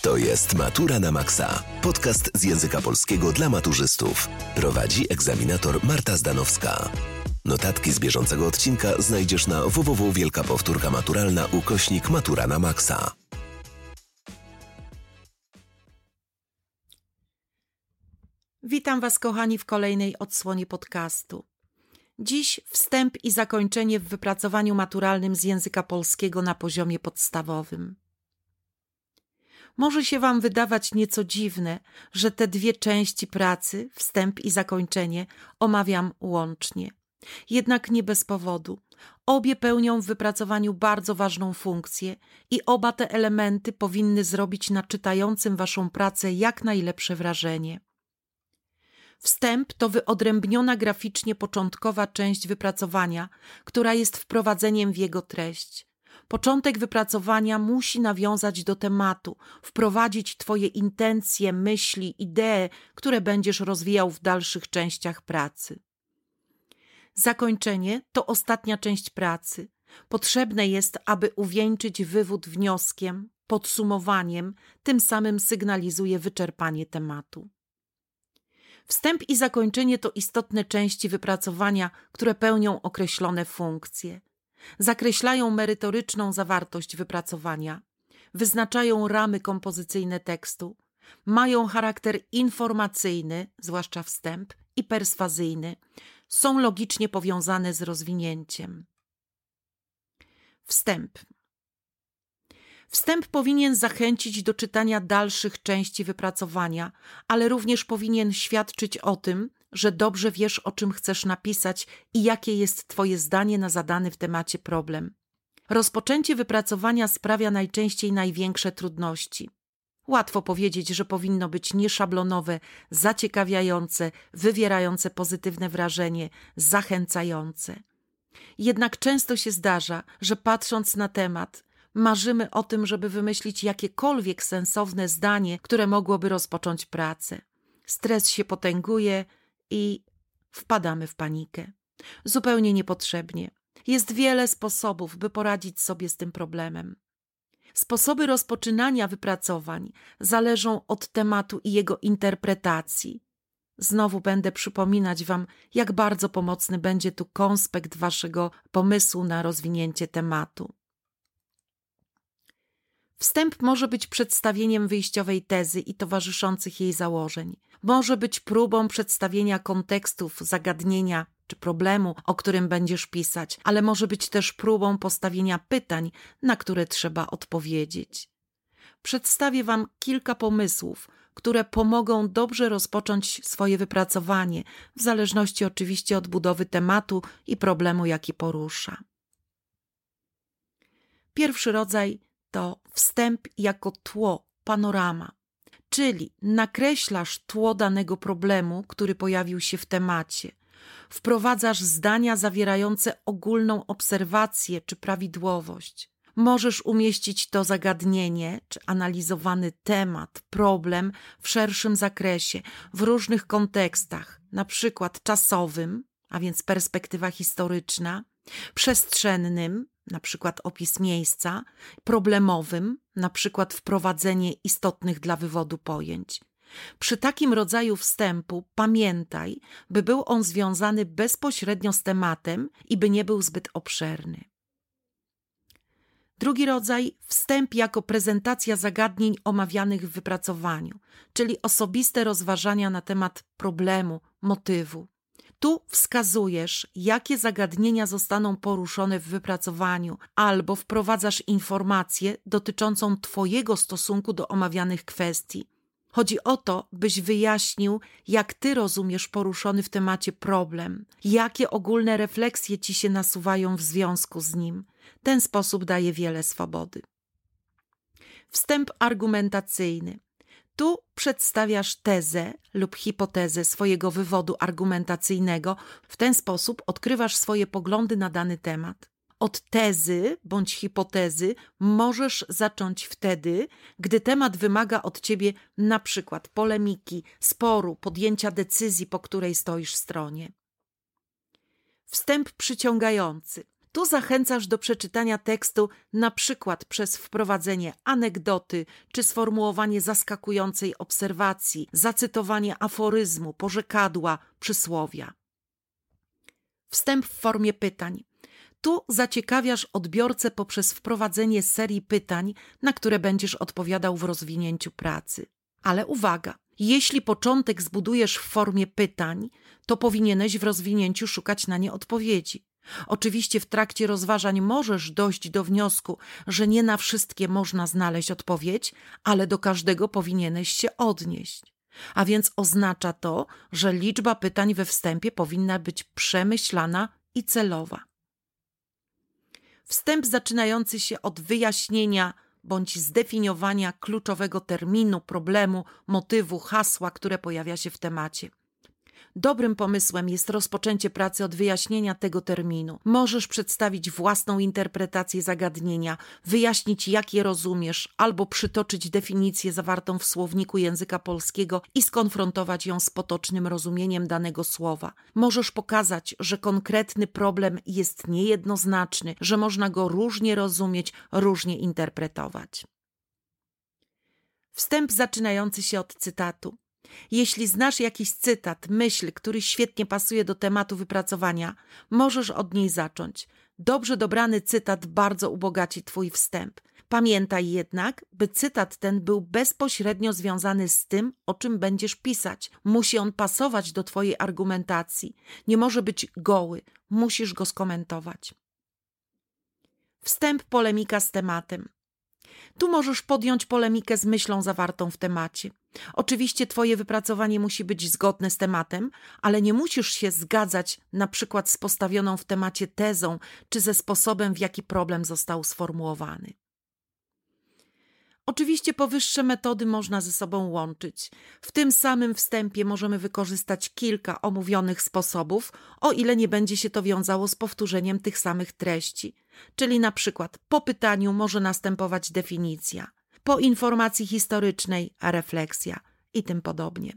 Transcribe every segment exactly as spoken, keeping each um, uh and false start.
To jest Matura na Maksa. Podcast z języka polskiego dla maturzystów. Prowadzi egzaminator Marta Zdanowska. Notatki z bieżącego odcinka znajdziesz na www wielka powtórka maturalna ukośnik Matura na Maksa. Witam Was, kochani, w kolejnej odsłonie podcastu. Dziś wstęp i zakończenie w wypracowaniu maturalnym z języka polskiego na poziomie podstawowym. Może się Wam wydawać nieco dziwne, że te dwie części pracy, wstęp i zakończenie, omawiam łącznie. Jednak nie bez powodu. Obie pełnią w wypracowaniu bardzo ważną funkcję i oba te elementy powinny zrobić na czytającym Waszą pracę jak najlepsze wrażenie. Wstęp to wyodrębniona graficznie początkowa część wypracowania, która jest wprowadzeniem w jego treść. Początek wypracowania musi nawiązać do tematu, wprowadzić Twoje intencje, myśli, idee, które będziesz rozwijał w dalszych częściach pracy. Zakończenie to ostatnia część pracy. Potrzebne jest, aby uwieńczyć wywód wnioskiem, podsumowaniem, tym samym sygnalizuje wyczerpanie tematu. Wstęp i zakończenie to istotne części wypracowania, które pełnią określone funkcje. Zakreślają merytoryczną zawartość wypracowania, wyznaczają ramy kompozycyjne tekstu, mają charakter informacyjny, zwłaszcza wstęp, i perswazyjny, są logicznie powiązane z rozwinięciem. Wstęp. Wstęp powinien zachęcić do czytania dalszych części wypracowania, ale również powinien świadczyć o tym, że dobrze wiesz, o czym chcesz napisać i jakie jest Twoje zdanie na zadany w temacie problem. Rozpoczęcie wypracowania sprawia najczęściej największe trudności. Łatwo powiedzieć, że powinno być nieszablonowe, zaciekawiające, wywierające pozytywne wrażenie, zachęcające. Jednak często się zdarza, że patrząc na temat, marzymy o tym, żeby wymyślić jakiekolwiek sensowne zdanie, które mogłoby rozpocząć pracę. Stres się potęguje i wpadamy w panikę. Zupełnie niepotrzebnie. Jest wiele sposobów, by poradzić sobie z tym problemem. Sposoby rozpoczynania wypracowań zależą od tematu i jego interpretacji. Znowu będę przypominać Wam, jak bardzo pomocny będzie tu konspekt Waszego pomysłu na rozwinięcie tematu. Wstęp może być przedstawieniem wyjściowej tezy i towarzyszących jej założeń. Może być próbą przedstawienia kontekstów, zagadnienia czy problemu, o którym będziesz pisać, ale może być też próbą postawienia pytań, na które trzeba odpowiedzieć. Przedstawię Wam kilka pomysłów, które pomogą dobrze rozpocząć swoje wypracowanie, w zależności oczywiście od budowy tematu i problemu, jaki porusza. Pierwszy rodzaj to wstęp jako tło, panorama, czyli nakreślasz tło danego problemu, który pojawił się w temacie. Wprowadzasz zdania zawierające ogólną obserwację czy prawidłowość. Możesz umieścić to zagadnienie czy analizowany temat, problem w szerszym zakresie, w różnych kontekstach, na przykład czasowym, a więc perspektywa historyczna, przestrzennym, na przykład opis miejsca, problemowym, na przykład wprowadzenie istotnych dla wywodu pojęć. Przy takim rodzaju wstępu pamiętaj, by był on związany bezpośrednio z tematem i by nie był zbyt obszerny. Drugi rodzaj, wstęp jako prezentacja zagadnień omawianych w wypracowaniu, czyli osobiste rozważania na temat problemu, motywu. Tu wskazujesz, jakie zagadnienia zostaną poruszone w wypracowaniu, albo wprowadzasz informację dotyczącą Twojego stosunku do omawianych kwestii. Chodzi o to, byś wyjaśnił, jak Ty rozumiesz poruszony w temacie problem, jakie ogólne refleksje Ci się nasuwają w związku z nim. Ten sposób daje wiele swobody. Wstęp argumentacyjny. Tu przedstawiasz tezę lub hipotezę swojego wywodu argumentacyjnego. W ten sposób odkrywasz swoje poglądy na dany temat. Od tezy bądź hipotezy możesz zacząć wtedy, gdy temat wymaga od Ciebie na przykład polemiki, sporu, podjęcia decyzji, po której stoisz stronie. Wstęp przyciągający. Tu zachęcasz do przeczytania tekstu na przykład przez wprowadzenie anegdoty czy sformułowanie zaskakującej obserwacji, zacytowanie aforyzmu, porzekadła, przysłowia. Wstęp w formie pytań. Tu zaciekawiasz odbiorcę poprzez wprowadzenie serii pytań, na które będziesz odpowiadał w rozwinięciu pracy. Ale uwaga! Jeśli początek zbudujesz w formie pytań, to powinieneś w rozwinięciu szukać na nie odpowiedzi. Oczywiście w trakcie rozważań możesz dojść do wniosku, że nie na wszystkie można znaleźć odpowiedź, ale do każdego powinieneś się odnieść. A więc oznacza to, że liczba pytań we wstępie powinna być przemyślana i celowa. Wstęp zaczynający się od wyjaśnienia bądź zdefiniowania kluczowego terminu, problemu, motywu, hasła, które pojawia się w temacie. Dobrym pomysłem jest rozpoczęcie pracy od wyjaśnienia tego terminu. Możesz przedstawić własną interpretację zagadnienia, wyjaśnić, jak je rozumiesz, albo przytoczyć definicję zawartą w słowniku języka polskiego i skonfrontować ją z potocznym rozumieniem danego słowa. Możesz pokazać, że konkretny problem jest niejednoznaczny, że można go różnie rozumieć, różnie interpretować. Wstęp zaczynający się od cytatu. Jeśli znasz jakiś cytat, myśl, który świetnie pasuje do tematu wypracowania, możesz od niej zacząć. Dobrze dobrany cytat bardzo ubogaci twój wstęp. Pamiętaj jednak, by cytat ten był bezpośrednio związany z tym, o czym będziesz pisać. Musi on pasować do twojej argumentacji. Nie może być goły. Musisz go skomentować. Wstęp, polemika z tematem. Tu możesz podjąć polemikę z myślą zawartą w temacie. Oczywiście twoje wypracowanie musi być zgodne z tematem, ale nie musisz się zgadzać na przykład z postawioną w temacie tezą czy ze sposobem, w jaki problem został sformułowany. Oczywiście powyższe metody można ze sobą łączyć. W tym samym wstępie możemy wykorzystać kilka omówionych sposobów, o ile nie będzie się to wiązało z powtórzeniem tych samych treści. Czyli na przykład po pytaniu może następować definicja, po informacji historycznej refleksja i tym podobnie.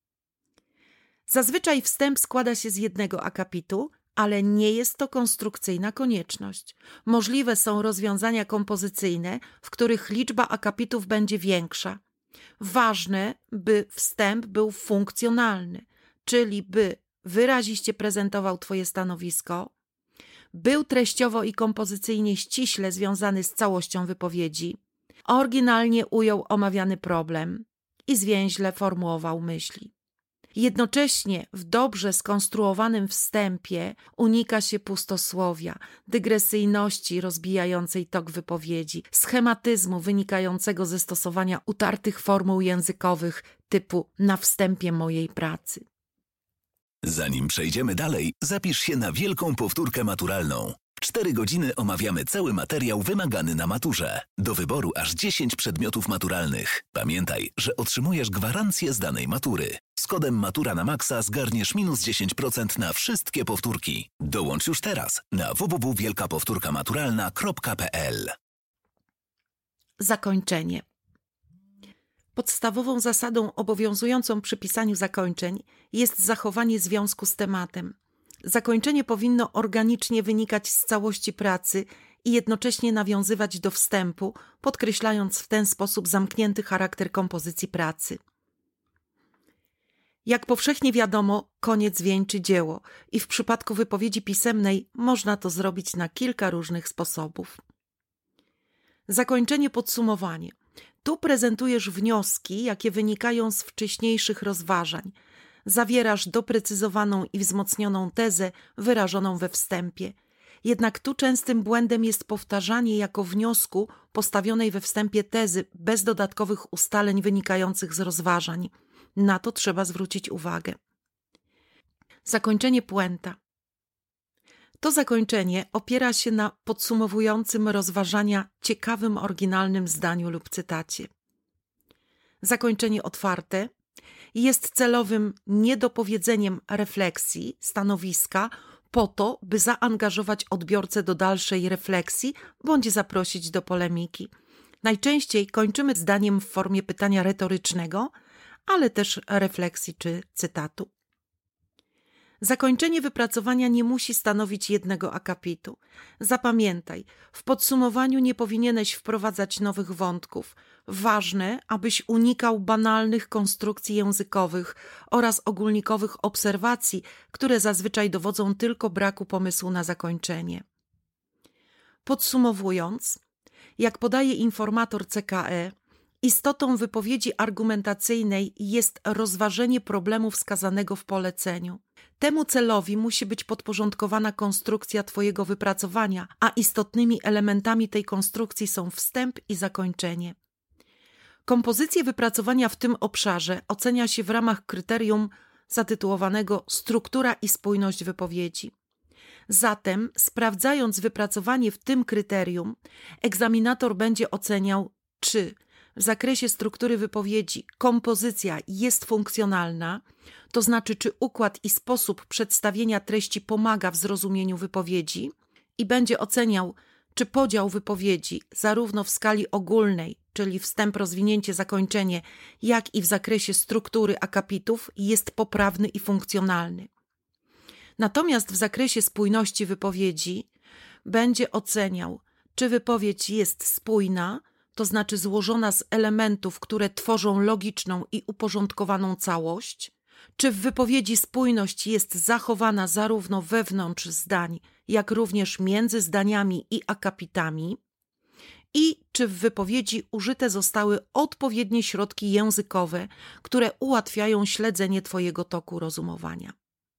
Zazwyczaj wstęp składa się z jednego akapitu, ale nie jest to konstrukcyjna konieczność. Możliwe są rozwiązania kompozycyjne, w których liczba akapitów będzie większa. Ważne, by wstęp był funkcjonalny, czyli by wyraziście prezentował twoje stanowisko, był treściowo i kompozycyjnie ściśle związany z całością wypowiedzi, oryginalnie ujął omawiany problem i zwięźle formułował myśli. Jednocześnie w dobrze skonstruowanym wstępie unika się pustosłowia, dygresyjności rozbijającej tok wypowiedzi, schematyzmu wynikającego ze stosowania utartych formuł językowych typu na wstępie mojej pracy. Zanim przejdziemy dalej, zapisz się na wielką powtórkę maturalną. Cztery godziny omawiamy cały materiał wymagany na maturze. Do wyboru aż dziesięć przedmiotów maturalnych. Pamiętaj, że otrzymujesz gwarancję z danej matury. Z kodem Matura na Maxa zgarniesz minus dziesięć procent na wszystkie powtórki. Dołącz już teraz na w w w kropka wielka powtórka maturalna kropka p l. Zakończenie. Podstawową zasadą obowiązującą przy pisaniu zakończeń jest zachowanie związku z tematem. Zakończenie powinno organicznie wynikać z całości pracy i jednocześnie nawiązywać do wstępu, podkreślając w ten sposób zamknięty charakter kompozycji pracy. Jak powszechnie wiadomo, koniec wieńczy dzieło i w przypadku wypowiedzi pisemnej można to zrobić na kilka różnych sposobów. Zakończenie, podsumowanie. Tu prezentujesz wnioski, jakie wynikają z wcześniejszych rozważań. Zawierasz doprecyzowaną i wzmocnioną tezę wyrażoną we wstępie. Jednak tu częstym błędem jest powtarzanie jako wniosku postawionej we wstępie tezy bez dodatkowych ustaleń wynikających z rozważań. Na to trzeba zwrócić uwagę. Zakończenie, puenta. To zakończenie opiera się na podsumowującym rozważania ciekawym, oryginalnym zdaniu lub cytacie. Zakończenie otwarte jest celowym niedopowiedzeniem refleksji, stanowiska, po to, by zaangażować odbiorcę do dalszej refleksji bądź zaprosić do polemiki. Najczęściej kończymy zdaniem w formie pytania retorycznego, ale też refleksji czy cytatu. Zakończenie wypracowania nie musi stanowić jednego akapitu. Zapamiętaj, w podsumowaniu nie powinieneś wprowadzać nowych wątków. Ważne, abyś unikał banalnych konstrukcji językowych oraz ogólnikowych obserwacji, które zazwyczaj dowodzą tylko braku pomysłu na zakończenie. Podsumowując, jak podaje informator C K E, istotą wypowiedzi argumentacyjnej jest rozważenie problemu wskazanego w poleceniu. Temu celowi musi być podporządkowana konstrukcja Twojego wypracowania, a istotnymi elementami tej konstrukcji są wstęp i zakończenie. Kompozycję wypracowania w tym obszarze ocenia się w ramach kryterium zatytułowanego Struktura i spójność wypowiedzi. Zatem, sprawdzając wypracowanie w tym kryterium, egzaminator będzie oceniał, czy w zakresie struktury wypowiedzi kompozycja jest funkcjonalna, to znaczy czy układ i sposób przedstawienia treści pomaga w zrozumieniu wypowiedzi, i będzie oceniał, czy podział wypowiedzi zarówno w skali ogólnej, czyli wstęp, rozwinięcie, zakończenie, jak i w zakresie struktury akapitów jest poprawny i funkcjonalny. Natomiast w zakresie spójności wypowiedzi będzie oceniał, czy wypowiedź jest spójna, to znaczy złożona z elementów, które tworzą logiczną i uporządkowaną całość, czy w wypowiedzi spójność jest zachowana zarówno wewnątrz zdań, jak również między zdaniami i akapitami, i czy w wypowiedzi użyte zostały odpowiednie środki językowe, które ułatwiają śledzenie Twojego toku rozumowania.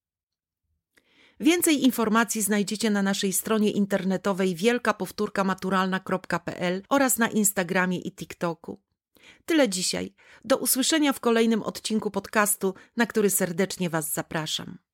Więcej informacji znajdziecie na naszej stronie internetowej wielka powtórka maturalna kropka p l oraz na Instagramie i TikToku. Tyle dzisiaj. Do usłyszenia w kolejnym odcinku podcastu, na który serdecznie Was zapraszam.